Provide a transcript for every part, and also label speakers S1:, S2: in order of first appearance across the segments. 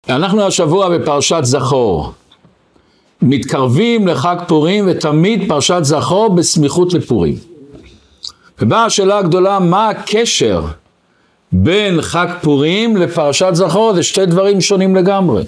S1: אנחנו השבוע בפרשת זכור. מתקרבים לחג פורים ותמיד פרשת זכור בסמיכות לפורים. ובאה השאלה הגדולה, מה הקשר בין חג פורים לפרשת זכור? זה שתי דברים שונים לגמרי.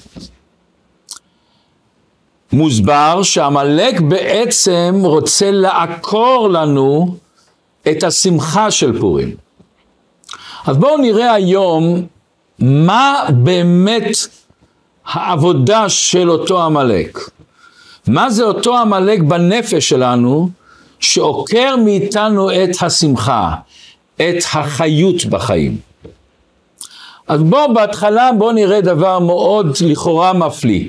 S1: מוסבר שעמלק בעצם רוצה לעקור לנו את השמחה של פורים. אז בואו נראה היום מה באמת העבודה של אותו עמלק. מה זה אותו עמלק בנפש שלנו שעוקר מאיתנו את השמחה, את החיות בחיים. אז בהתחלה נראה דבר מאוד לכאורה מפליא.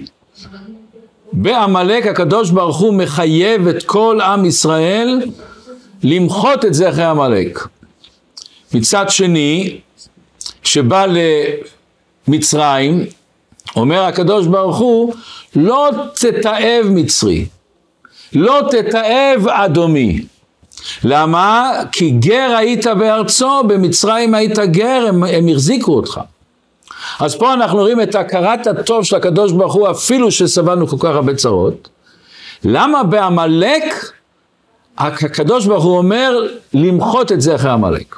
S1: בעמלק הקדוש ברוך הוא מחייב את כל עם ישראל למחות את זכר עמלק. מצד שני, כשבא למצרים, אומר הקדוש ברוך הוא, לא תתאב מצרי, לא תתאב אדומי. למה? כי גר היית בארצו, במצרים היית גר, הם החזיקו אותך. אז פה אנחנו רואים את הכרת הטוב של הקדוש ברוך הוא, אפילו שסבלנו כל כך הרבה צרות. למה בעמלק הקדוש ברוך הוא אומר למחות את זכר עמלק?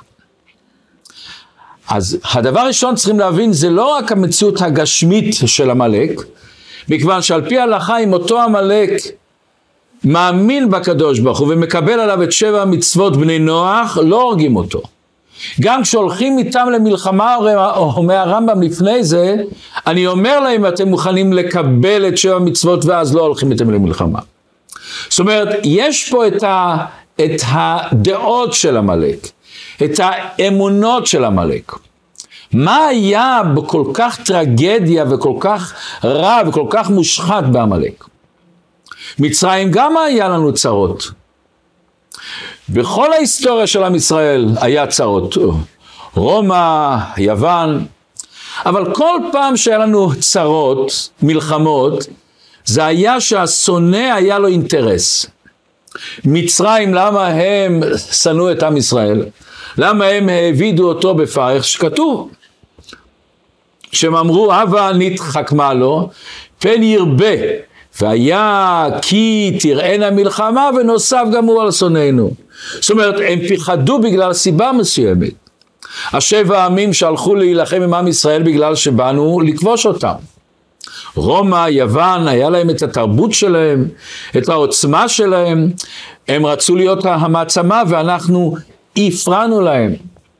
S1: אז הדבר הראשון צריכים להבין, זה לא רק המציאות הגשמית של עמלק, מכיוון שעל פי ההלכה אם אותו עמלק מאמין בקדוש ברוך הוא ומקבל עליו את 7 מצוות בני נוח, לא הורגים אותו. גם כשהולכים איתם למלחמה, אומר הרמב"ם לפני זה, אני אומר להם אתם מוכנים לקבל את 7 מצוות ואז לא הולכים איתם למלחמה. זאת אומרת, יש פה את הדעות של עמלק, את האמונות של עמלק. מה היה בכל כך טרגדיה וכל כך רע וכל כך מושחת בעמלק? מצרים גם היה לנו צרות. בכל ההיסטוריה של עם ישראל היה צרות. רומא, יוון. אבל כל פעם שהיה לנו צרות, מלחמות, זה היה שהשונא היה לו אינטרס. מצרים, למה הם שנאו את עם ישראל? למה הם העבידו אותו בפרך? שכתוב. שהם אמרו, הווה נתחכמה לו, פן ירבה. והיה כי תראינה מלחמה ונוסף גם הוא על שונאינו. זאת אומרת, הם פחדו בגלל סיבה מסוימת. 7 עמים שהלכו להילחם עם עם ישראל בגלל שבאנו לכבוש אותם. רומא, יוון, היה להם את התרבות שלהם, את העוצמה שלהם. הם רצו להיות המעצמה ואנחנו הפרענו להם.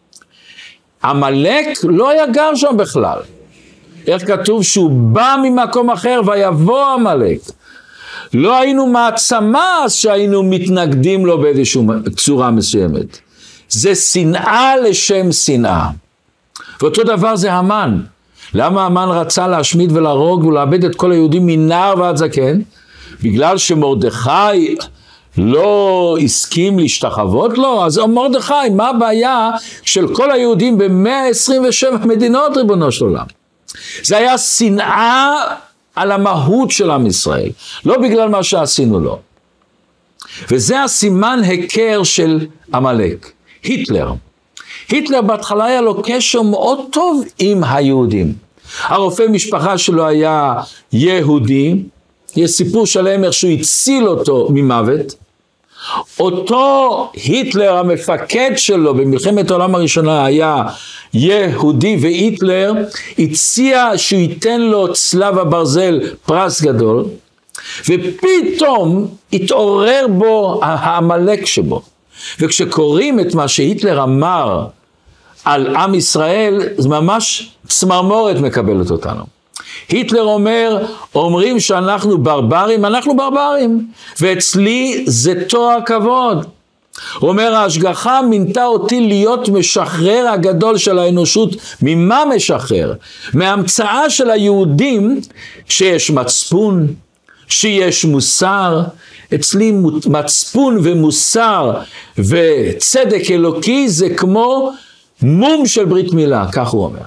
S1: עמלק לא היה גר שם בכלל. איך כתוב שהוא בא ממקום אחר ויבוא עמלק. לא היינו מעצמה שהיינו מתנגדים לו באיזושהי צורה מסוימת. זה שנאה לשם שנאה. ואותו דבר זה המן. למה המן רצה להשמיד ולהרוג ולאבד את כל היהודים מנער ועד זקן? בגלל שמרדכי לא הסכים להשתחוות לו? אז מרדכי, מה הבעיה של כל היהודים ב-127 מדינות ריבונו של עולם? זה היה שנאה על המהות של עם ישראל, לא בגלל מה שעשינו לו. וזה הסימן הכר של עמלק, היטלר. היטלר בהתחלה היה לו קשר מאוד טוב עם היהודים. הרופא משפחה שלו היה יהודי, יש סיפור שלם איך שהוא הציל אותו ממוות. אותו היטלר, המפקד שלו במלחמת העולם הראשונה היה יהודי, והיטלר הציע שהוא ייתן לו צלב הברזל, פרס גדול, ופתאום התעורר בו העמלק שבו. וכשקוראים את מה שהיטלר אמר על עם ישראל, זה ממש צמרמורת מקבלת אותנו. היטלר אומר, אומרים שאנחנו ברברים, אנחנו ברברים, ואצלי זה תואר כבוד. הוא אומר, ההשגחה מינתה אותי להיות משחרר הגדול של האנושות. ממה משחרר? מהמצאה של היהודים שיש מצפון, שיש מוסר. אצלי מצפון ומוסר וצדק אלוקי זה כמו מום של ברית מילה, כך הוא אומר.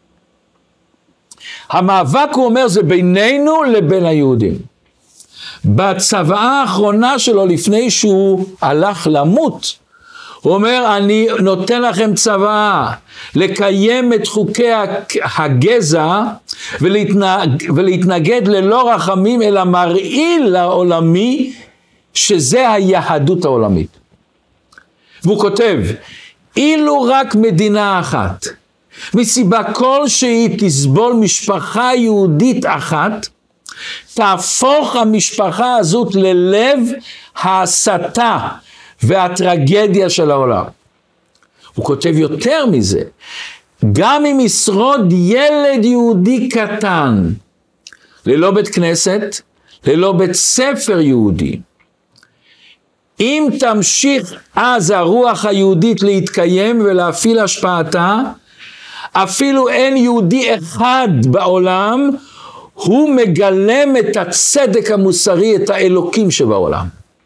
S1: המאבק, הוא אומר, זה בינינו לבין היהודים. בצוואה האחרונה שלו לפני שהוא הלך למות, הוא אומר, אני נותן לכם צבא לקיים את חוקי הגזע ולהתנגד ללא רחמים, אלא מרעיל לעולמי, שזה היהדות העולמית. והוא כותב, אילו רק מדינה אחת, מסיבה כלשהי תסבול משפחה יהודית אחת, תהפוך המשפחה הזאת ללב ההסתה והטרגדיה של העולם. הוא כותב יותר מזה, גם אם ישרוד ילד יהודי קטן, ללא בית כנסת, ללא בית ספר יהודי, אם תמשיך אז הרוח היהודית להתקיים ולהפעיל השפעתה, אפילו אין יהודי אחד בעולם, הוא מגלם את הצדק המוסרי, את האלוקים שבעולם.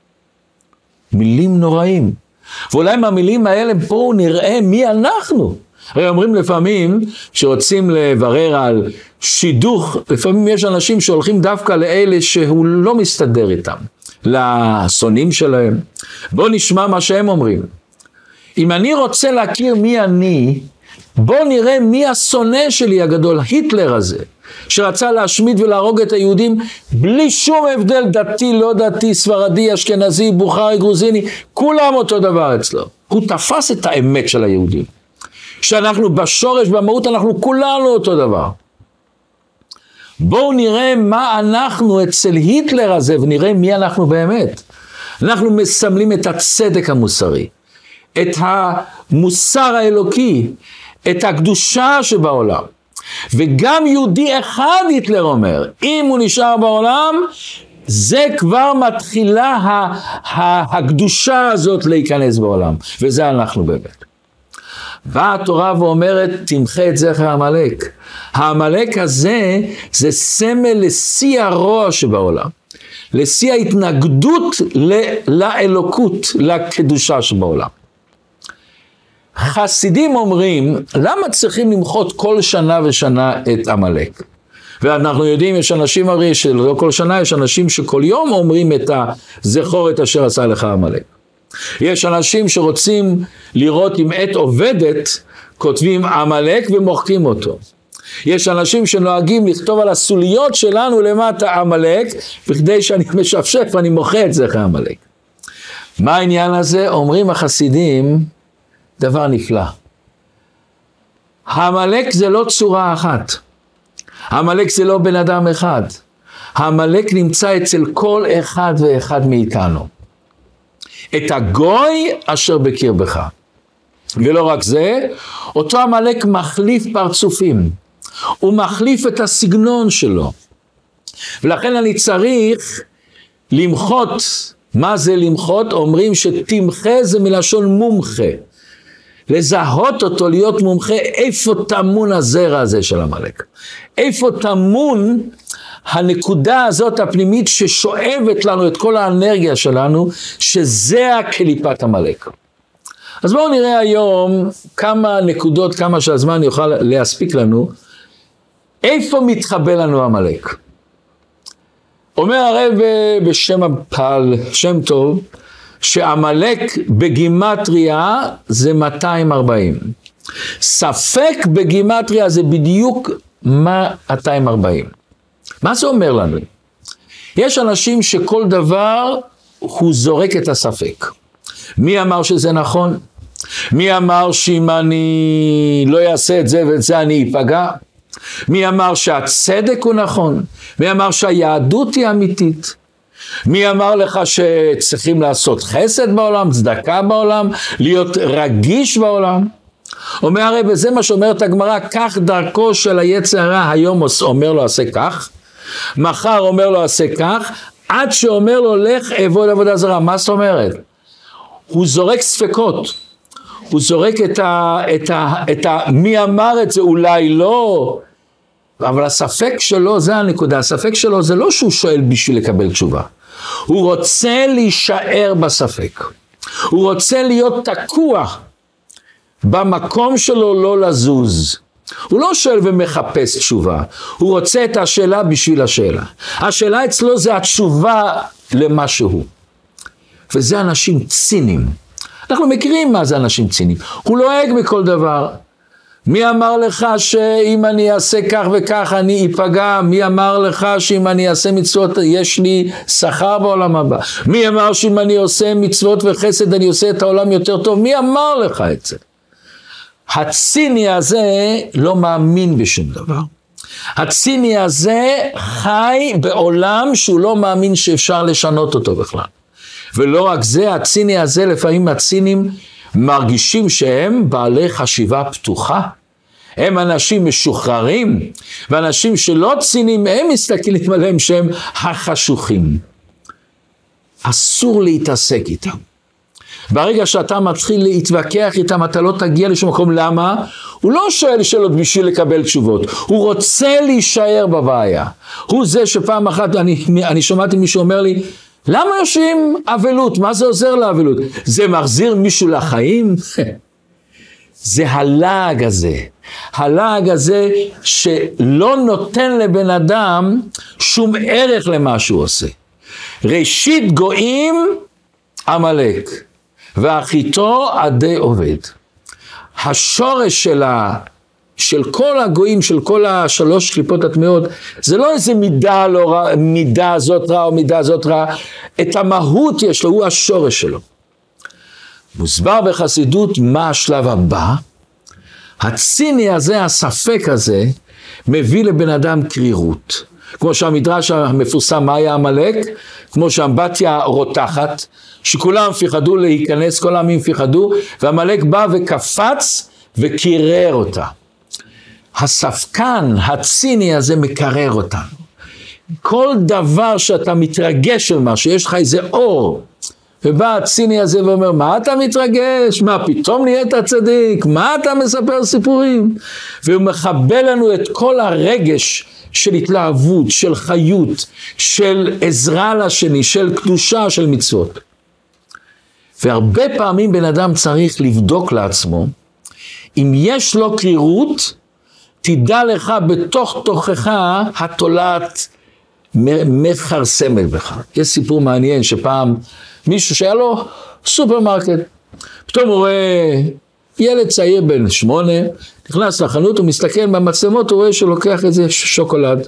S1: מילים נוראים. ואולי מהמילים האלה פה נראה מי אנחנו. הרי אומרים לפעמים שרוצים לברר על שידוך, לפעמים יש אנשים שהולכים דווקא לאלה שהוא לא מסתדר איתם, לשונאים שלהם. בוא נשמע מה שהם אומרים. אם אני רוצה להכיר מי אני, בוא נראה מי השונא שלי הגדול, היטלר הזה, שרצה להשמיד ולהרוג את היהודים בלי שום הבדל דתי, לא דתי, ספרדי, אשכנזי, בוכרי, גרוזיני, כולם אותו דבר אצלו. הוא תפס את האמת של היהודים. שאנחנו בשורש, במהות, אנחנו כולנו אותו דבר. בואו נראה מה אנחנו אצל היטלר הזה, ונראה מי אנחנו באמת. אנחנו מסמלים את הצדק המוסרי, את המוסר האלוקי, את הקדושה שבעולם. וגם יהודי אחד, היטלר אומר, אם הוא נשאר בעולם, זה כבר מתחילה הקדושה הזאת להיכנס בעולם. וזה אנחנו באמת. באה התורה ואומרת, תמחה את זכר עמלק. העמלק הזה זה סמל לשיא הרוע שבעולם. לשיא ההתנגדות לאלוקות, לקדושה שבעולם. חסידים אומרים, למה צריכים למחות כל שנה ושנה את עמלק? ואנחנו יודעים, יש אנשים הרי שלא כל שנה, יש אנשים שכל יום אומרים את הזכור את אשר עשה לך עמלק. יש אנשים שרוצים לראות אם עת עובדת, כותבים עמלק ומוחקים אותו. יש אנשים שנוהגים לכתוב על הסוליות שלנו למטה עמלק, בכדי שאני משפשף ואני מוחה את זכר עמלק. מה העניין הזה? אומרים החסידים, דבר נפלא. העמלק זה לא צורה אחת. העמלק זה לא בן אדם אחד. העמלק נמצא אצל כל אחד ואחד מאיתנו. את הגוי אשר בקרבך. ולא רק זה, אותו עמלק מחליף פרצופים. הוא מחליף את הסגנון שלו. ולכן אני צריך למחות. מה זה למחות? אומרים שתמחה זה מלשון מומחה. לזהות אותו, להיות מומחה, איפה תמון הזרע הזה של עמלק. איפה תמון הנקודה הזאת הפנימית ששואבת לנו את כל האנרגיה שלנו, שזה הקליפת עמלק. אז בואו נראה היום כמה נקודות, כמה שהזמן יוכל להספיק לנו, איפה מתחבא לנו עמלק. אומר הרב בשם הפעל, שם טוב, שעמלק בגימטריה זה 240. ספק בגימטריה זה בדיוק 240. מה זה אומר לנו? יש אנשים שכל דבר הוא זורק את הספק. מי אמר שזה נכון? מי אמר שאם אני לא אעשה את זה ואת זה אני אפגע? מי אמר שהצדק הוא נכון? מי אמר שהיהדות היא אמיתית? מי אמר לך שצריכים לעשות חסד בעולם, צדקה בעולם, להיות רגיש בעולם? אומר הרי בזה מה שאומרת הגמרא, כך דרכו של היצר הרע, היום אומר לו עשה כך, מחר אומר לו עשה כך, עד שאומר לו לך אעבוד עבודה זרה. מה זאת אומרת? הוא זורק ספקות, הוא זורק מי אמר את זה, אולי לא, אבל הספק שלו, זה הנקודה, הספק שלו זה לא שהוא שואל בשביל לקבל תשובה, הוא רוצה להישאר בספק, הוא רוצה להיות תקוע במקום שלו, לא לזוז. הוא לא שואל ומחפש תשובה, הוא רוצה את השאלה בשביל השאלה. השאלה אצלו זה התשובה למשהו. וזה אנשים ציניים, אנחנו מכירים מה זה אנשים ציניים. הוא לועג בכל דבר. מי אמר לך שאם אני אעשה כך וכך אני אפגע? מי אמר לך שאם אני אעשה מצוות יש לי שכר בעולם הבא? מי אמר שאם אני עושה מצוות וחסד אני עושה את העולם יותר טוב? מי אמר לך את זה? הציני הזה לא מאמין בשום דבר. הציני הזה חי בעולם שהוא לא מאמין שאפשר לשנות אותו בכלל. ולא רק זה, הציני הזה, לפעמים הצינים מרגישים שהם בעלי חשיבה פתוחה. הם אנשים משוחררים, ואנשים שלא צינים, הם מסתכלים עליהם שהם החשוכים. אסור להתעסק איתם. ברגע שאתה מתחיל להתווכח איתם, אתה לא תגיע לשום מקום. למה? הוא לא שואל שאלות בשביל לקבל תשובות. הוא רוצה להישאר בבעיה. הוא זה שפעם אחת, אני שמעתי מישהו אומר לי, למה יושבים אבלות? מה זה עוזר לאבלות? זה מחזיר מישהו לחיים? זה הלעג הזה. הלעג הזה שלא נותן לבן אדם שום ערך למה שהוא עושה. ראשית גויים עמלק, ואחיתו עדי עובד. השורש של כל הגויים, של כל השלוש קליפות הטמאות, זה לא איזה מידה לא רע, מידה זאת רע או מידה זאת רע, את המהות יש לו, הוא השורש שלו. מוסבר בחסידות מה השלב הבא. הציני הזה, הספק הזה, מביא לבן אדם קרירות. כמו שהמדרש המפורסם, מה היה עמלק? כמו שהאמבטיה רותחת, שכולם פחדו להיכנס, כל העמים פחדו, ועמלק בא וקפץ וקירר אותה. הספקן, הציני הזה מקרר אותנו. כל דבר שאתה מתרגש על משהו, יש לך איזה אור, ובא הציני הזה ואומר, מה אתה מתרגש? מה פתאום נהיית צדיק? מה אתה מספר סיפורים? והוא מחבל לנו את כל הרגש של התלהבות, של חיות, של עזרה לשני, של קדושה, של מצוות. והרבה פעמים בן אדם צריך לבדוק לעצמו, אם יש לו קרירות, תדע לך בתוך תוכך התולעת מחרסמת בך. יש סיפור מעניין שפעם מישהו שהיה לו סופרמרקט, פתאום הוא רואה ילד צעיר בן 8, נכנס לחנות, הוא מסתכל במצלמות, הוא רואה שהוא לוקח איזה שוקולד,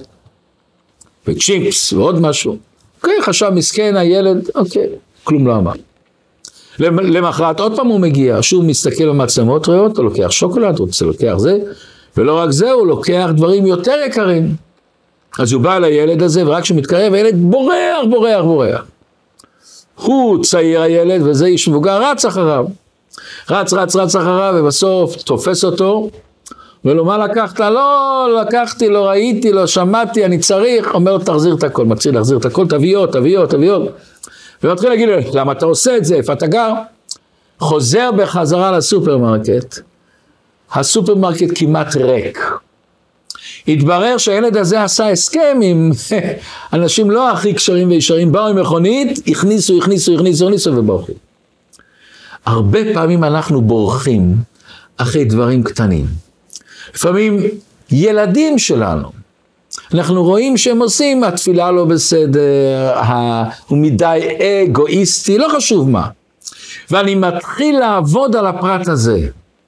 S1: וצ'יפס ועוד משהו. אוקיי, חשב מסכן הילד, אוקיי, כלום לא אמר. למחרת עוד פעם הוא מגיע, שוב מסתכל במצלמות, רואה אותו, לוקח שוקולד, רוצה לוקח זה, ולא רק זה, הוא לוקח דברים יותר יקרים. אז הוא בא לילד הזה, ורק כשהוא מתקרב, הילד בורח. הוא צעיר הילד, וזה איש מבוגר, רץ אחריו. רץ אחריו, ובסוף תופס אותו, ולא מה לקחת? לא לקחתי, לא ראיתי, לא שמעתי, אני צריך. אומר לו, תחזיר את הכל, מתחיל להחזיר את הכל, תביאו. ומתחיל להגיד לו, למה אתה עושה את זה? איפה אתה גר? חוזר בחזרה לסופרמרקט. הסופרמרקט כמעט ריק. התברר שהילד הזה עשה הסכם עם אנשים לא הכי קשרים וישרים, באו עם מכונית, הכניסו וברחו. הרבה פעמים אנחנו בורחים אחרי דברים קטנים. לפעמים ילדים שלנו, אנחנו רואים שהם עושים, התפילה לא בסדר, הוא מדי אגואיסטי, לא חשוב מה. ואני מתחיל לעבוד על הפרט הזה.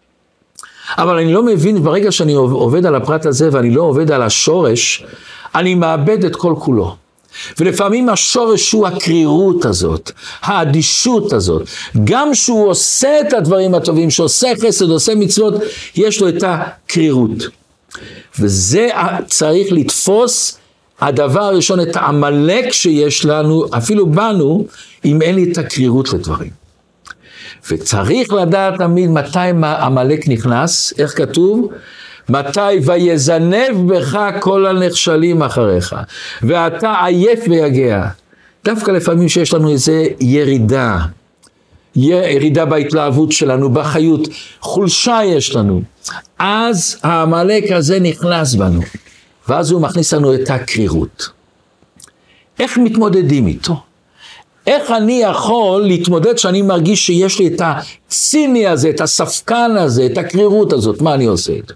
S1: אבל אני לא מבין, ברגע שאני עובד על הפרט הזה ואני לא עובד על השורש, אני מאבד את כל כולו. ולפעמים השורש הוא הקרירות הזאת, האדישות הזאת. גם שהוא עושה את הדברים הטובים, שעושה חסד, עושה מצוות, יש לו את הקרירות. וזה צריך לתפוס הדבר הראשון, את העמלק שיש לנו, אפילו בנו, אם אין לי את הקרירות לדברים. וצריך לדעת תמיד מתי עמלק נכנס, איך כתוב? מתי ויזנב בך כל הנכשלים אחריך, ואתה עייף ויגע. דווקא לפעמים שיש לנו איזה ירידה בהתלהבות שלנו, בחיות, חולשה יש לנו. אז העמלק הזה נכנס בנו, ואז הוא מכניס לנו את הקרירות. איך מתמודדים איתו? איך אני יכול להתמודד שאני מרגיש שיש לי את הציני הזה, את הספקן הזה, את הקרירות הזאת? מה אני עושה איתו?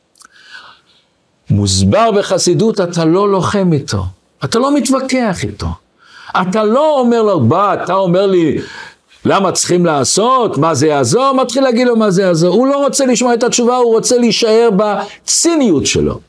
S1: מוסבר בחסידות, אתה לא לוחם איתו, אתה לא מתווכח איתו, אתה לא אומר לו, אתה אומר לי, למה צריכים לעשות? מה זה יעזור? מתחיל להגיד לו מה זה יעזור. הוא לא רוצה לשמוע את התשובה, הוא רוצה להישאר בציניות שלו.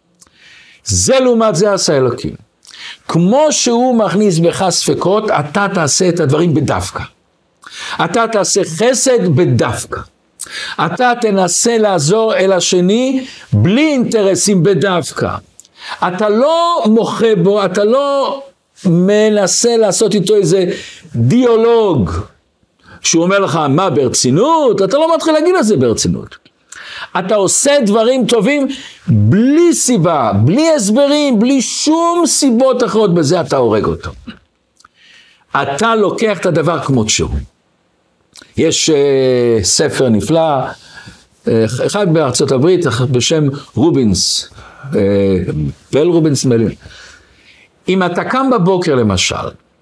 S1: זה לעומת זה עשה אלוקים. כמו שהוא מכניס בך ספקות, אתה תעשה את הדברים בדווקא. אתה תעשה חסד בדווקא. אתה תנסה לעזור אל השני בלי אינטרסים בדווקא. אתה לא מוחה בו, אתה לא מנסה לעשות איתו איזה דיאלוג. שהוא אומר לך מה ברצינות, אתה לא מתחיל להגיד על זה ברצינות. אתה עושה דברים טובים בלי סיבה, בלי הסברים, בלי שום סיבות אחרות, בזה אתה הורג אותו. אתה לוקח את הדבר כמו שהוא. יש ספר נפלא, אחד בארצות הברית בשם רובינס, בל רובינס מלין. אם אתה קם בבוקר למשל,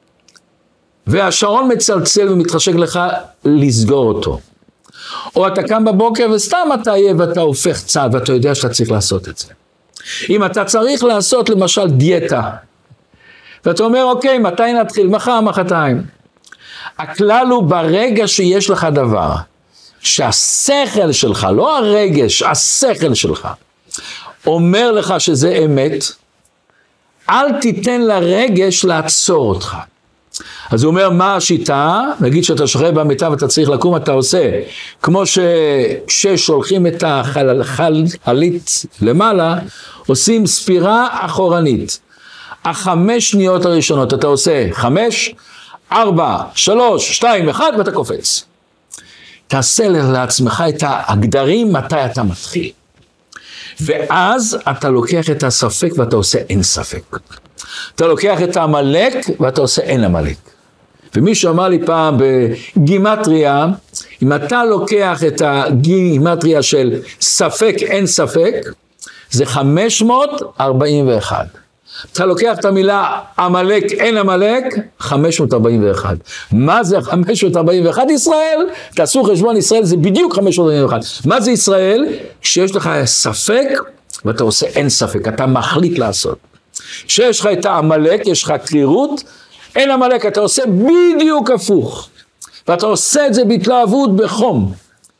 S1: והשעון מצלצל ומתחשק לך לסגור אותו, או אתה קם בבוקר וסתם אתה עייף ואתה הופך צד ואתה יודע שאתה צריך לעשות את זה. אם אתה צריך לעשות למשל דיאטה, ואתה אומר אוקיי, מתי נתחיל? מחר, מחרתיים. הכלל הוא ברגע שיש לך דבר, שהשכל שלך, לא הרגש, השכל שלך, אומר לך שזה אמת, אל תיתן לרגש לעצור אותך. אז הוא אומר, מה השיטה? נגיד שאתה שוכב במיטה ואתה צריך לקום, אתה עושה, כמו ששולחים את החללית למעלה, עושים ספירה אחורנית. 5 שניות הראשונות, אתה עושה 5, 4, 3, 2, 1 ואתה קופץ. תעשה לעצמך את ההגדרים מתי אתה מתחיל. ואז אתה לוקח את הספק ואתה עושה אין ספק. אתה לוקח את המלאק ואתה עושה אין המלאק. ומישהו אמר לי פעם בגימטריה, אם אתה לוקח את הגימטריה של ספק אין ספק, זה 541. אתה לוקח את המילה המלאק אין המלאק, 541. מה זה 541? ישראל. תעשו חשבון, ישראל זה בדיוק 541. מה זה ישראל? כשיש לך ספק ואתה עושה אין ספק, אתה מחליט לעשות. כשיש לך את המלאק, יש לך קרירות, אין המלאק, אתה עושה בדיוק הפוך. ואתה עושה את זה בהתלהבות, בחום.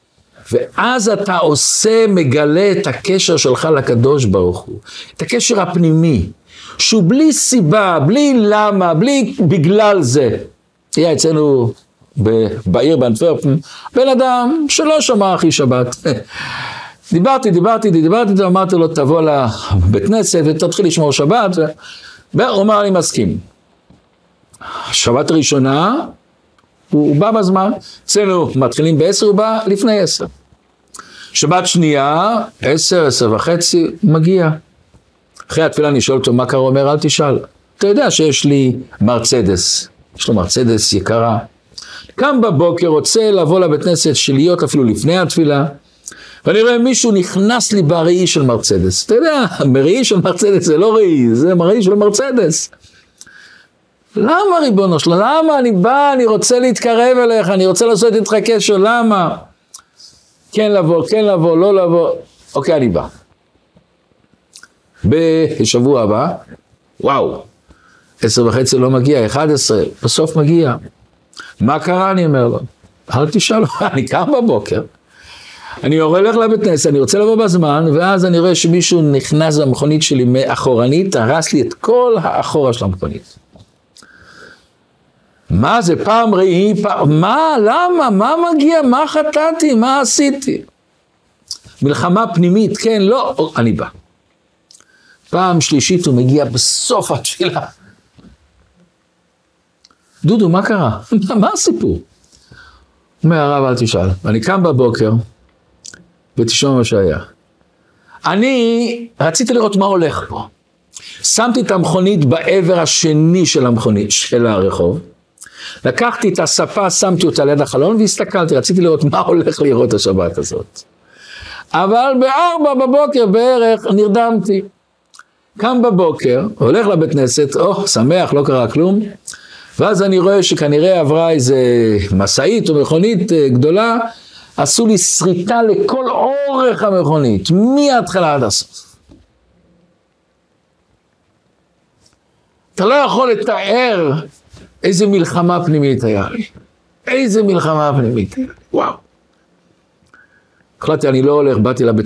S1: ואז אתה עושה, מגלה את הקשר שלך לקדוש ברוך הוא. את הקשר הפנימי. שהוא בלי סיבה, בלי למה, בלי בגלל זה. היה אצלנו בעיר באנטוורפן, בן אדם שלא שמע אחי שבת. דיברתי, אמרתי לו תבוא לבית כנסת ותתחיל לשמור שבת, והוא אמר לי מסכים. שבת ראשונה, הוא בא בזמן, אצלנו מתחילים ב10, הוא בא לפני 10. שבת שנייה, 10, 10:30, מגיע. אחרי התפילה אני שואל אותו מה קרה, הוא אומר אל תשאל. אתה יודע שיש לי מרצדס, יש לו מרצדס יקרה. קם בבוקר, רוצה לבוא לבית כנסת שלהיות אפילו לפני התפילה, ואני רואה מישהו נכנס לי בראי של מרצדס. אתה יודע, בראי של מרצדס זה לא ראי, זה ראי של מרצדס. למה ריבונו שלו? למה אני בא, אני רוצה להתקרב אליך, אני רוצה לעשות איתך קשר, למה? כן לבוא, לא לבוא. אוקיי, אני בא. בשבוע הבא, וואו, 10:30 לא מגיע, 11, בסוף מגיע. מה קרה? אני אומר לו, אל תשאל, אני קם בבוקר, אני הולך לבית כנסת, אני רוצה לבוא בזמן, ואז אני רואה שמישהו נכנס במכונית שלי מאחורנית, הרס לי את כל האחורה של המכונית. מה זה פעם ראי, מה, למה, מה מגיע, מה חטאתי, מה עשיתי? מלחמה פנימית, כן, לא, אני בא. פעם שלישית הוא מגיע בסוף התפילה. דודו, מה קרה? מה הסיפור? הוא אומר, הרב, אל תשאל. אני קם בבוקר, ותשמע מה שהיה. אני רציתי לראות מה הולך פה. שמתי את המכונית בעבר השני של המכונית, של הרחוב. לקחתי את הספה, שמתי אותה ליד החלון, והסתכלתי, רציתי לראות מה הולך לראות השבת הזאת. אבל ב4 בבוקר בערך נרדמתי. קם בבוקר, הולך לבית כנסת, שמח, לא קרה כלום, ואז אני רואה שכנראה עברה איזה מסעית או מכונית גדולה, עשו לי שריטה לכל אורך המכונית, מההתחלה עד הסוף. אתה לא יכול לתאר איזה מלחמה פנימית היה לי. איזה מלחמה פנימית. וואו. החלטתי, אני לא הולך,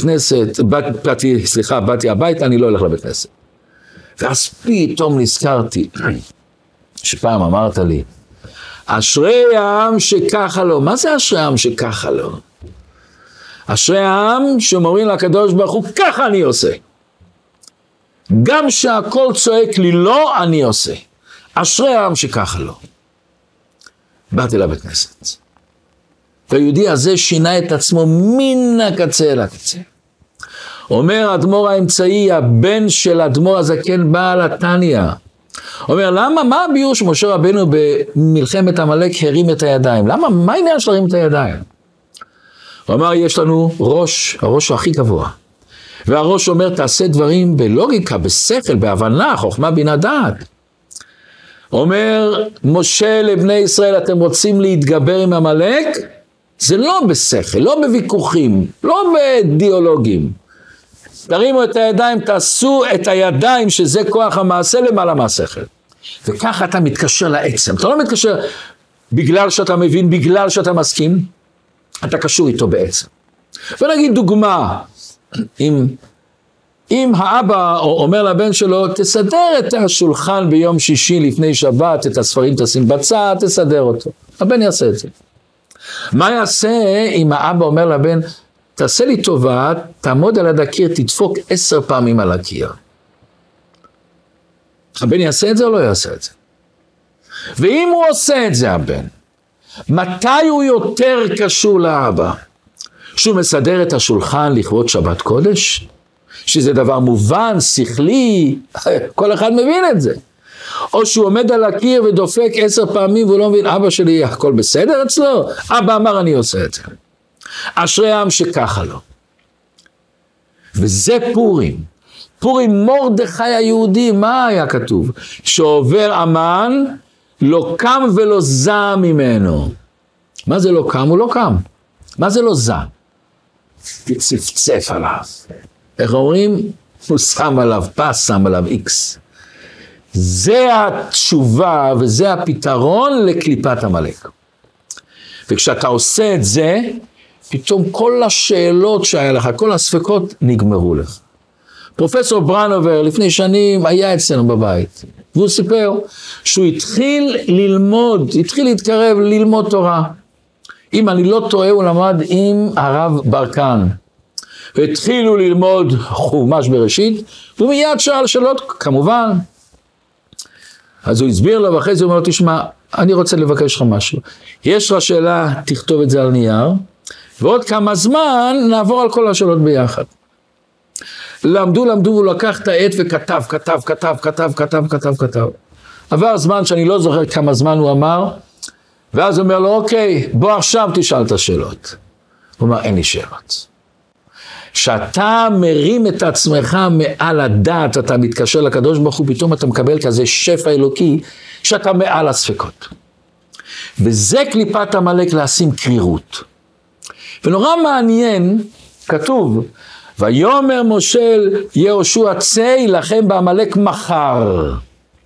S1: באתי הביתה, אני לא הולך לבית כנסת. ואז פתאום נזכרתי, שפעם אמרת לי, אשרי העם שככה לו. מה זה אשרי העם שככה לו? אשרי העם שאומרים לקדוש ברוך הוא, ככה אני עושה. גם שהכל צועק לי לא, אני עושה. אשרי העם שככה לו. באתי לבית כנסת. והיהודי הזה שינה את עצמו מן הקצה אל הקצה. אומר האדמו"ר האמצעי, הבן של האדמו"ר הזקן בעל התניא. אומר, למה, מה הביאור שמשה רבנו במלחמת עמלק הרים את הידיים? למה, מה העניין של להרים את הידיים? הוא אמר, יש לנו ראש, הראש הוא הכי גבוה. והראש אומר, תעשה דברים בלוגיקה, בשכל, בהבנה, חוכמה בינה דעת. אומר, משה לבני ישראל, אתם רוצים להתגבר עם עמלק? זה לא בשכל, לא בוויכוחים, לא בדיאלוגים. תרימו את הידיים, תעשו את הידיים, שזה כוח המעשה למעלה מהשכל. וככה אתה מתקשר לעצם. אתה לא מתקשר בגלל שאתה מבין, בגלל שאתה מסכים, אתה קשור איתו בעצם. ונגיד דוגמה, אם האבא אומר לבן שלו, תסדר את השולחן ביום שישי לפני שבת, את הספרים תשים בצד, תסדר אותו. הבן יעשה את זה. מה יעשה אם האבא אומר לבן, תעשה לי טובה, תעמוד על הקיר, תדפוק 10 פעמים על הקיר. הבן יעשה את זה או לא יעשה את זה? ואם הוא עושה את זה הבן, מתי הוא יותר קשור לאבא? שהוא מסדר את השולחן לכבוד שבת קודש? שזה דבר מובן, שכלי, כל אחד מבין את זה. או שהוא עומד על הקיר ודופק 10 פעמים והוא לא מבין, אבא שלי הכל בסדר אצלו? אבא אמר אני עושה את זה. אשרי העם שככה לו. וזה פורים. פורים מרדכי היהודי, מה היה כתוב? שעובר המן, לא קם ולא זע ממנו. מה זה לא קם? הוא לא קם. מה זה לא זע? תצפצף עליו. איך אומרים? הוא שם עליו פס, שם עליו איקס. זה התשובה וזה הפתרון לקליפת עמלק. וכשאתה עושה את זה, פתאום כל השאלות שהיה לך, כל הספקות נגמרו לך. פרופסור ברנובר לפני שנים היה אצלנו בבית, והוא סיפר שהוא התחיל ללמוד, התחיל להתקרב ללמוד תורה. אם אני לא טועה, הוא למד עם הרב ברקן. והתחילו ללמוד חומש בראשית, והוא מיד שאל שאלות, כמובן. אז הוא הסביר לו, ואחרי זה הוא אומר לו, תשמע, אני רוצה לבקש לך משהו. יש לך שאלה, תכתוב את זה על נייר, ועוד כמה זמן נעבור על כל השאלות ביחד. למדו, הוא לקח את העט וכתב, כתב. עבר זמן שאני לא זוכר כמה זמן הוא אמר, ואז הוא אומר לו, אוקיי, בוא עכשיו תשאל את השאלות. הוא אומר, אין לי שאלות. שאתה מרים את עצמך מעל הדעת, אתה מתקשר לקדוש ברוך הוא, פתאום אתה מקבל כזה שפע אלוקי, שאתה מעל הספקות. וזה קליפת עמלק, לשים קרירות. ונורא מעניין, כתוב, ויאמר משה יהושע צא יילחם בעמלק מחר.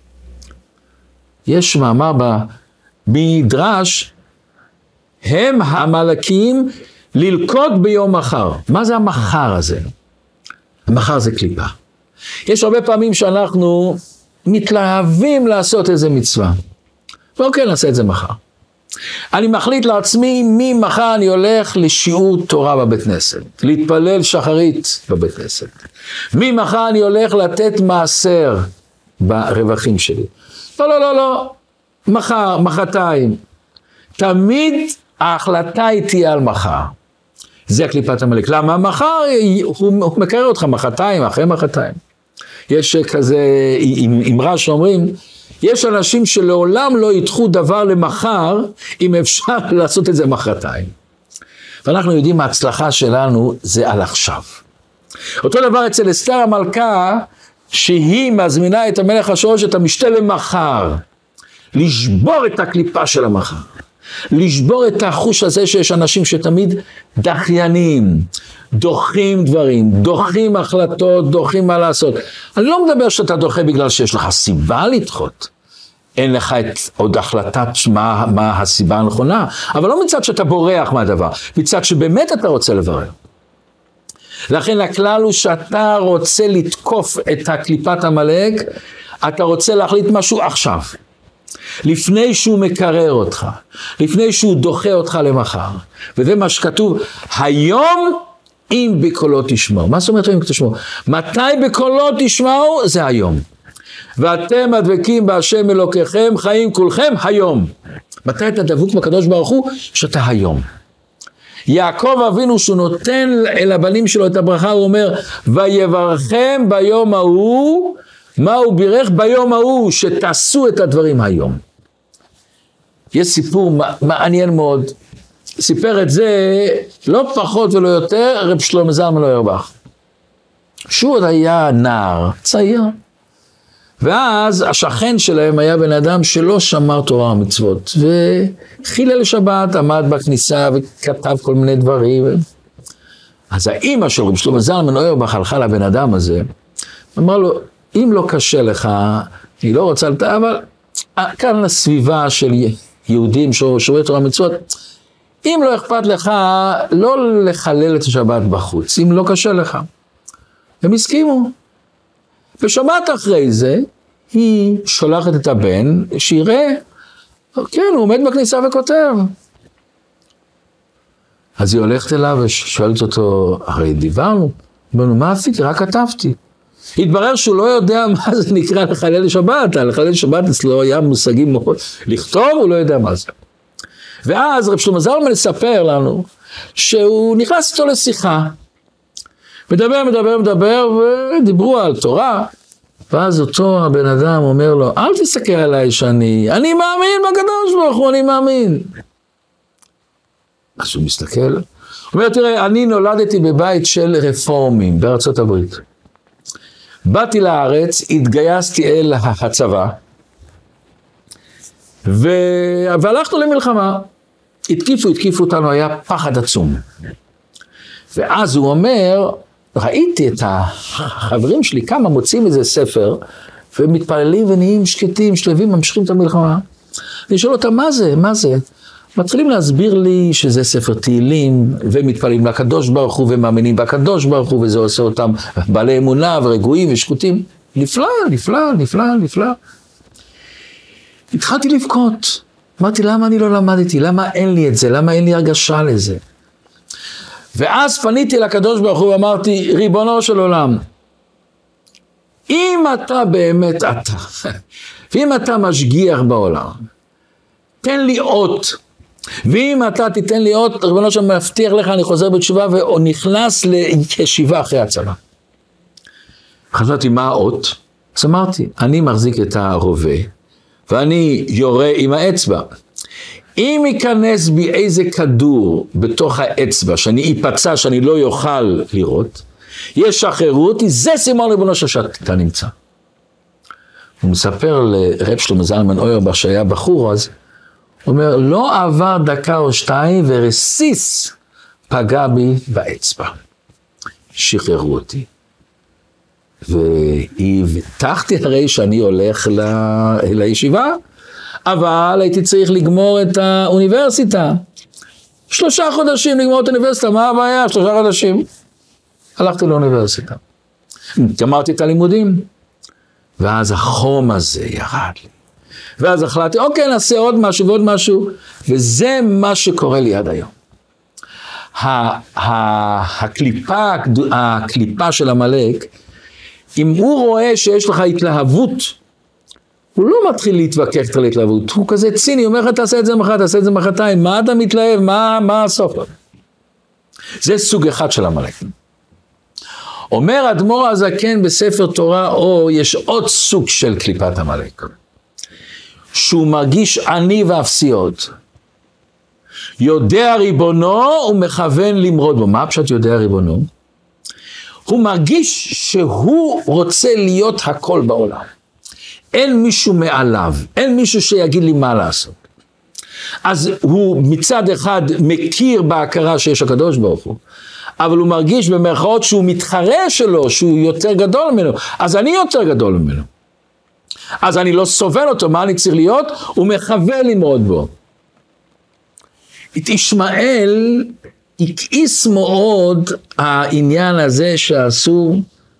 S1: יש מאמר במדרש, הם העמלקים ללכוד ביום מחר. מה זה המחר הזה? המחר זה קליפה. יש הרבה פעמים שאנחנו מתלהבים לעשות איזה מצווה. ואוקיי, נעשה את זה מחר. אני מחליט לעצמי ממחר אני הולך לשיעור תורה בבית כנסת, להתפלל שחרית בבית כנסת. ממחר אני הולך לתת מעשר ברווחים שלי. לא. מחר, מחרתיים. תמיד ההחלטה היא תהיה על מחר. זה קליפת עמלק. למה? מחר הוא מקרר אותך מחרתיים, אחרי מחרתיים. יש כזה אמרה שאומרים, יש אנשים שלעולם לא ידחו דבר למחר, אם אפשר לעשות את זה מחרתיים. ואנחנו יודעים, ההצלחה שלנו זה על עכשיו. אותו דבר אצל אסתר המלכה, שהיא מזמינה את המלך אשוורוש את המשתה למחר. לשבור את הקליפה של המחר. לשבור את החוש הזה שיש אנשים שתמיד דחיינים, דוחים דברים, דוחים החלטות, דוחים מה לעשות. אני לא מדבר שאתה דוחה בגלל שיש לך סיבה לדחות, אין לך עוד החלטת מה הסיבה הנכונה, אבל לא מצד שאתה בורח מהדבר, מצד שבאמת אתה רוצה לברר. לכן הכלל הוא שאתה רוצה לתקוף את הקליפת עמלק, אתה רוצה להחליט משהו עכשיו, לפני שהוא מקרר אותך, לפני שהוא דוחה אותך למחר. וזה מה שכתוב, היום אם בקולו תשמעו. מה זאת אומרת אם תשמעו? מתי בקולו תשמעו? זה היום. ואתם הדבקים בהשם אלוקיכם, חיים כולכם היום. מתי אתה דבוק בקדוש ברוך הוא? שאתה היום. יעקב אבינו שהוא נותן אל הבנים שלו את הברכה, הוא אומר, ויברכם ביום ההוא, מה הוא בירך ביום ההוא? שתעשו את הדברים היום. יש סיפור מעניין מאוד, סיפר את זה לא פחות ולא יותר רב שלמה זלמן אוירבך. שהוא עוד היה נער, צעיר. ואז השכן שלהם היה בן אדם שלא שמר תורה ומצוות, וחילל שבת, עמד בכניסה וכתב כל מיני דברים. אז האמא של רב שלמה זלמן אוירבך הלכה לבן אדם הזה, אמרה לו, אם לא קשה לך, היא לא רוצה לתת, אבל כאן לסביבה של יהודים שומרי תורה ומצוות, אם לא אכפת לך, לא לחלל את השבת בחוץ, אם לא קשה לך. הם הסכימו. בשבת אחרי זה, היא שולחת את הבן, שיראה, כן, הוא עומד בכניסה וכותב. אז היא הולכת אליו ושואלת אותו, הרי דיברנו, אמרנו, מה עשיתי? רק כתבתי. התברר שהוא לא יודע מה זה נקרא לחלל שבת, לחלל שבת אצלו היה מושגים מאוד, לכתוב הוא לא יודע מה זה. ואז רב שלמה זלמן מספר לנו, שהוא נכנס איתו לשיחה, מדבר, ודיברו על תורה, ואז אותו הבן אדם אומר לו, אל תסתכל עליי שאני מאמין בקדוש ברוך הוא, אני מאמין. אז הוא מסתכל, הוא אומר, תראה, אני נולדתי בבית של רפורמים בארצות הברית. באתי לארץ, התגייסתי אל הצבא, והלכנו למלחמה. התקיפו אותנו, היה פחד עצום. ואז הוא אומר, ראיתי את החברים שלי, כמה מוצאים איזה ספר, ומתפללים ונהיים שקטים, שלבים, ממשיכים את המלחמה. אני שואל אותם, מה זה? מתחילים להסביר לי שזה ספר תהילים, ומתפללים לקדוש ברוך הוא, ומאמינים בקדוש ברוך הוא, וזה עושה אותם בעלי אמונה ורגועים ושקוטים. נפלא. התחלתי לבכות. אמרתי, למה אני לא למדתי? למה אין לי את זה? למה אין לי הרגשה לזה? ואז פניתי לקדוש ברוך הוא ואמרתי, ריבונו של עולם, אם אתה באמת אתה, ואם אתה משגיח בעולם, תן לי אות, ואם אתה תיתן לי אות, ריבונו של עולם מבטיח לך, אני חוזר בתשובה ונכנס לישיבה אחרי הצבא. חשבתי, מה האות? אז אמרתי, אני מחזיק את הרובה, ואני יורה עם האצבע. אם ייכנס בי איזה כדור בתוך האצבע, שאני אפצע, שאני לא יוכל לראות, ישחררו אותי, זה סימן ריבונו של עולם שאתה נמצא. הוא מספר לרב שלמה זלמן אוירבך שהיה בחור אז, הוא אומר, לא עבר דקה או שתיים ורסיס פגע בי באצבע. שחררו אותי. והבטחתי הרי שאני הולך לישיבה, אבל הייתי צריך לגמור את האוניברסיטה. 3 חודשים לגמור את האוניברסיטה, מה הבעיה? 3 חודשים. הלכתי לאוניברסיטה. גמרתי את הלימודים. ואז החום הזה ירד לי. ואז החלטתי, אוקיי, נעשה עוד משהו ועוד משהו. וזה מה שקורה לי עד היום. הקליפה של עמלק, אם הוא רואה שיש לך התלהבות, הוא לא מתחיל להתווכח על התלהבות, הוא כזה ציני, הוא אומר לך, תעשה את זה מחר, תעשה את זה מחרתיים, מה אתה מתלהב, מה הסוף? זה סוג אחד של עמלק. אומר אדמו"ר הזקן בספר תורה, או יש עוד סוג של קליפת עמלק, שהוא מרגיש עני ואפסיות. יודע ריבונו ומכוון למרוד בו. מה הפשט יודע ריבונו? הוא מרגיש שהוא רוצה להיות הכל בעולם. אין מישהו מעליו, אין מישהו שיגיד לי מה לעשות. אז הוא מצד אחד מכיר בהכרה שיש הקדוש ברוך הוא, אבל הוא מרגיש במרכאות שהוא מתחרה שלו, שהוא יותר גדול ממנו, אז אני יותר גדול ממנו. אז אני לא סובל אותו, מה אני צריך להיות? הוא מכוון למרוד בו. את ישמעאל הכעיס מאוד העניין הזה שאסור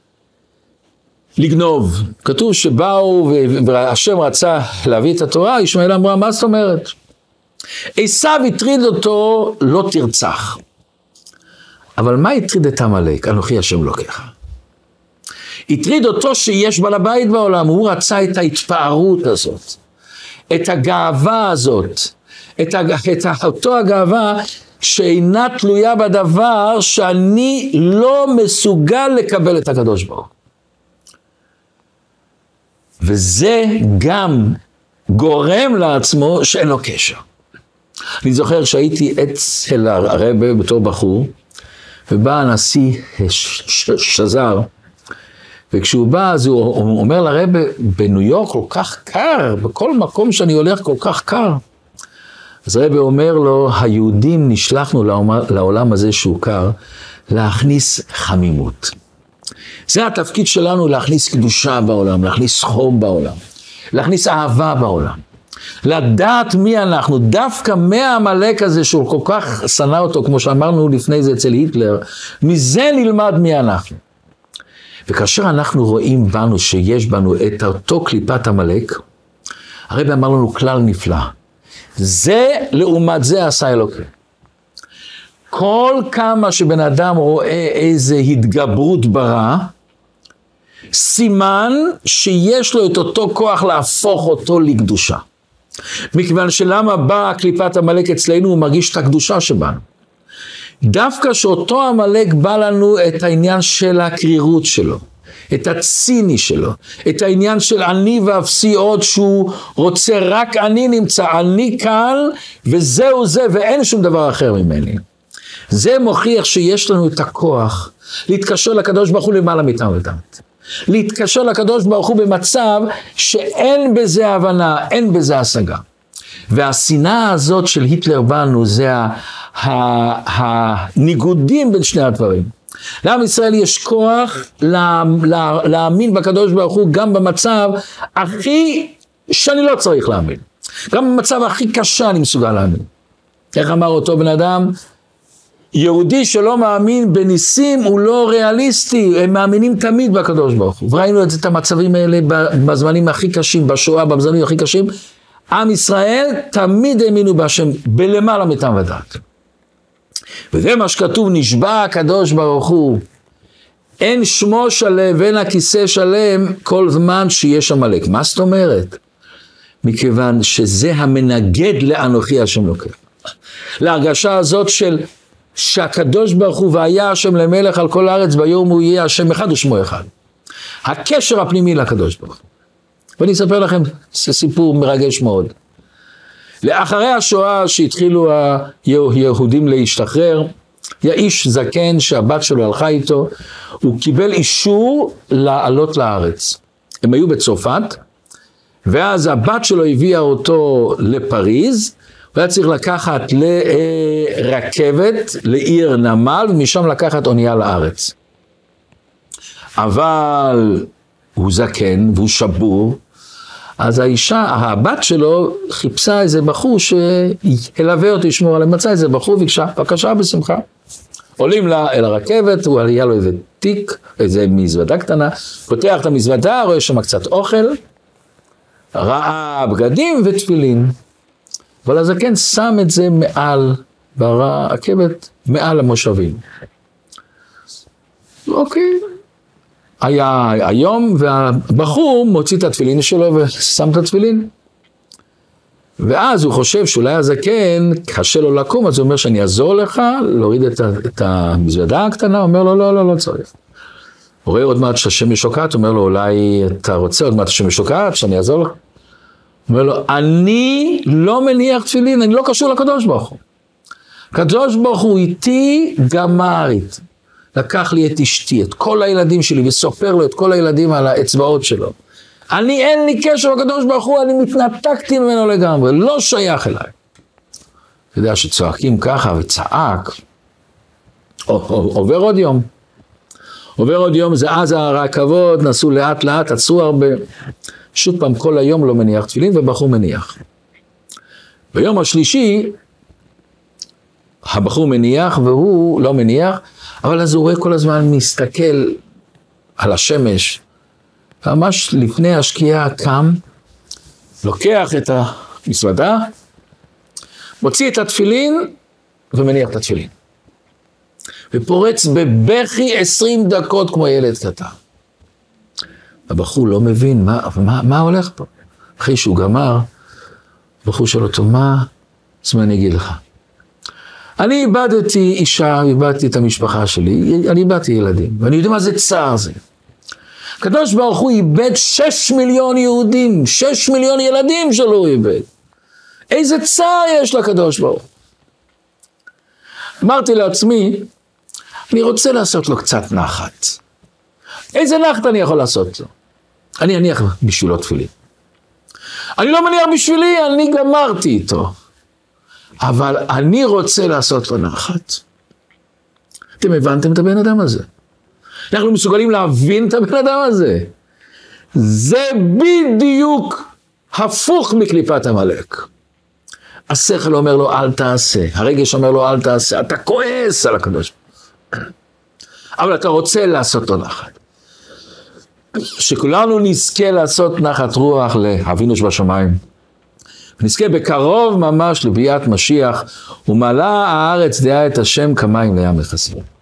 S1: לגנוב. כתוב שבאו והשם רצה להביא את התורה, ישמעאל אמרה, מה זאת אומרת? עשיו הטריד אותו, לא תרצח. אבל מה הטריד את עמלק? אנוכי השם אלוקיך. הטריד אותו שיש בעל הבית בעולם, הוא רצה את ההתפארות הזאת, את הגאווה הזאת, אותו הגאווה שאינה תלויה בדבר שאני לא מסוגל לקבל את הקדוש ברוך הוא. וזה גם גורם לעצמו שאין לו קשר. אני זוכר שהייתי אצל הרב בתור בחור, ובא הנשיא שזר, וכשהוא בא אז הוא אומר לרב, בניו יורק כל כך קר, בכל מקום שאני הולך כל כך קר. אז הרב אומר לו, היהודים נשלחנו לעולם הזה שהוא קר, להכניס חמימות. זה התפקיד שלנו, להכניס קדושה בעולם, להכניס חום בעולם, להכניס אהבה בעולם. לדעת מי אנחנו, דווקא מהעמלק הזה שהוא כל כך שנא אותו, כמו שאמרנו לפני זה אצל היטלר, מזה נלמד מי אנחנו. וכאשר אנחנו רואים בנו שיש בנו את אותו קליפת עמלק, הרב אמר לנו כלל נפלא, זה לעומת זה עשה אלוקים. כל כמה שבן אדם רואה איזה התגברות ברע, סימן שיש לו את אותו כוח להפוך אותו לקדושה. מכיוון שלמה באה קליפת עמלק אצלנו, הוא מרגיש את הקדושה שבנו. דווקא שאותו עמלק בא לנו את העניין של הקרירות שלו, את הציני שלו, את העניין של אני ואפסי עוד, שהוא רוצה רק אני נמצא, אני כאן וזהו זה ואין שום דבר אחר ממני. זה מוכיח שיש לנו את הכוח להתקשר לקדוש ברוך הוא למעלה מטעם ודעת. להתקשר לקדוש ברוך הוא במצב שאין בזה הבנה, אין בזה השגה. והשנאה הזאת של היטלר בנו זה הניגודים בין שני הדברים. לעם ישראל יש כוח להאמין בקדוש ברוך הוא גם במצב הכי שאני לא צריך להאמין. גם במצב הכי קשה אני מסוגל להאמין. איך אמר אותו בן אדם? יהודי שלא מאמין בניסים הוא לא ריאליסטי, הם מאמינים תמיד בקדוש ברוך הוא. וראינו את המצבים האלה בזמנים הכי קשים, בשואה, בזמנים הכי קשים. עם ישראל תמיד האמינו בהשם בלמעלה מטעם ודעת. וזה מה שכתוב, נשבע הקדוש ברוך הוא, אין שמו שלם ואין הכיסא שלם כל זמן שיש עמלק. מה זאת אומרת? מכיוון שזה המנגד לאנוכי השם אלוקיך. להרגשה הזאת של שהקדוש ברוך הוא והיה השם למלך על כל הארץ, ביום הוא יהיה השם אחד ושמו אחד. הקשר הפנימי לקדוש ברוך הוא. ואני אספר לכם סיפור מרגש מאוד. לאחרי השואה שהתחילו היהודים להשתחרר, היה איש זקן שהבת שלו הלכה איתו, הוא קיבל אישור לעלות לארץ. הם היו בצרפת, ואז הבת שלו הביאה אותו לפריז, הוא היה צריך לקחת לרכבת, לעיר נמל, ומשם לקחת אונייה לארץ. אבל הוא זקן והוא שבור, אז האישה, הבת שלו, חיפשה איזה בחור שהלווה אותו, ישמור עליהם, מצא איזה בחור, בבקשה בשמחה. עולים אל הרכבת, הוא היה לו איזה תיק, איזה מזוודה קטנה, פותח את המזוודה, רואה שם קצת אוכל, ראה בגדים ותפילין. אבל הזקן שם את זה מעל, ברכבת, מעל המושבים. אוקיי. היה היום, והבחור מוציא את התפילין שלו ושם את התפילין. ואז הוא חושב שאולי הזקן, קשה לו לקום, אז הוא אומר שאני אעזור לך, להוריד את המזוודה הקטנה, הוא אומר לו, לא צריך. הוא רואה עוד מעט שהשם משוקעת, הוא אומר לו, אולי אתה רוצה עוד מעט השם משוקעת, שאני אעזור לך? הוא אומר לו, אני לא מניח תפילין, אני לא קשור לקדוש ברוך הוא. הקדוש ברוך הוא איתי גמרית. לקח לי את אשתי, את כל הילדים שלי, וסופר לו את כל הילדים על האצבעות שלו. אין לי קשר לקדוש ברוך הוא, אני מתנתקתי ממנו לגמרי, לא שייך אליי. אתה יודע שצועקים ככה וצעק, עובר עוד יום. עובר עוד יום, זה אז הרכבות, נסעו לאט לאט, עצרו הרבה. שוב פעם כל היום לא מניח תפילין ובחור מניח. ביום השלישי, הבחור מניח והוא לא מניח, אבל אז הוא רואה כל הזמן מסתכל על השמש, ממש לפני השקיעה קם, לוקח את המזוודה, מוציא את התפילין ומניח את התפילין. ופורץ בבכי 20 דקות כמו ילד קטן. הבחור לא מבין מה הולך פה. אחרי שהוא גמר, הבחור שואל אותו, מה אני אגיד לך? אני איבדתי אישה, איבדתי את המשפחה שלי, אני איבדתי ילדים, ואני יודע מה זה צער זה. הקדוש ברוך הוא איבד 6 מיליון יהודים, 6 מיליון ילדים שלו הוא איבד. איזה צער יש לקדוש ברוך. אמרתי לעצמי, אני רוצה לעשות לו קצת נחת. איזה נחת אני יכול לעשות לו? אני אניח בשבילו תפילין. אני לא מניח בשבילי, אני גמרתי איתו. אבל אני רוצה לעשות לו נחת. אתם הבנתם את הבן אדם הזה? אנחנו מסוגלים להבין את הבן אדם הזה. זה בדיוק הפוך מקליפת עמלק. השכל אומר לו אל תעשה, הרגש אומר לו אל תעשה, אתה כועס על הקדוש. אבל אתה רוצה לעשות לו נחת. שכולנו נזכה לעשות נחת רוח לאבינו שבשמיים. נזכה בקרוב ממש לביאת משיח, ומלאה הארץ דעה את השם כמים לים מכסים.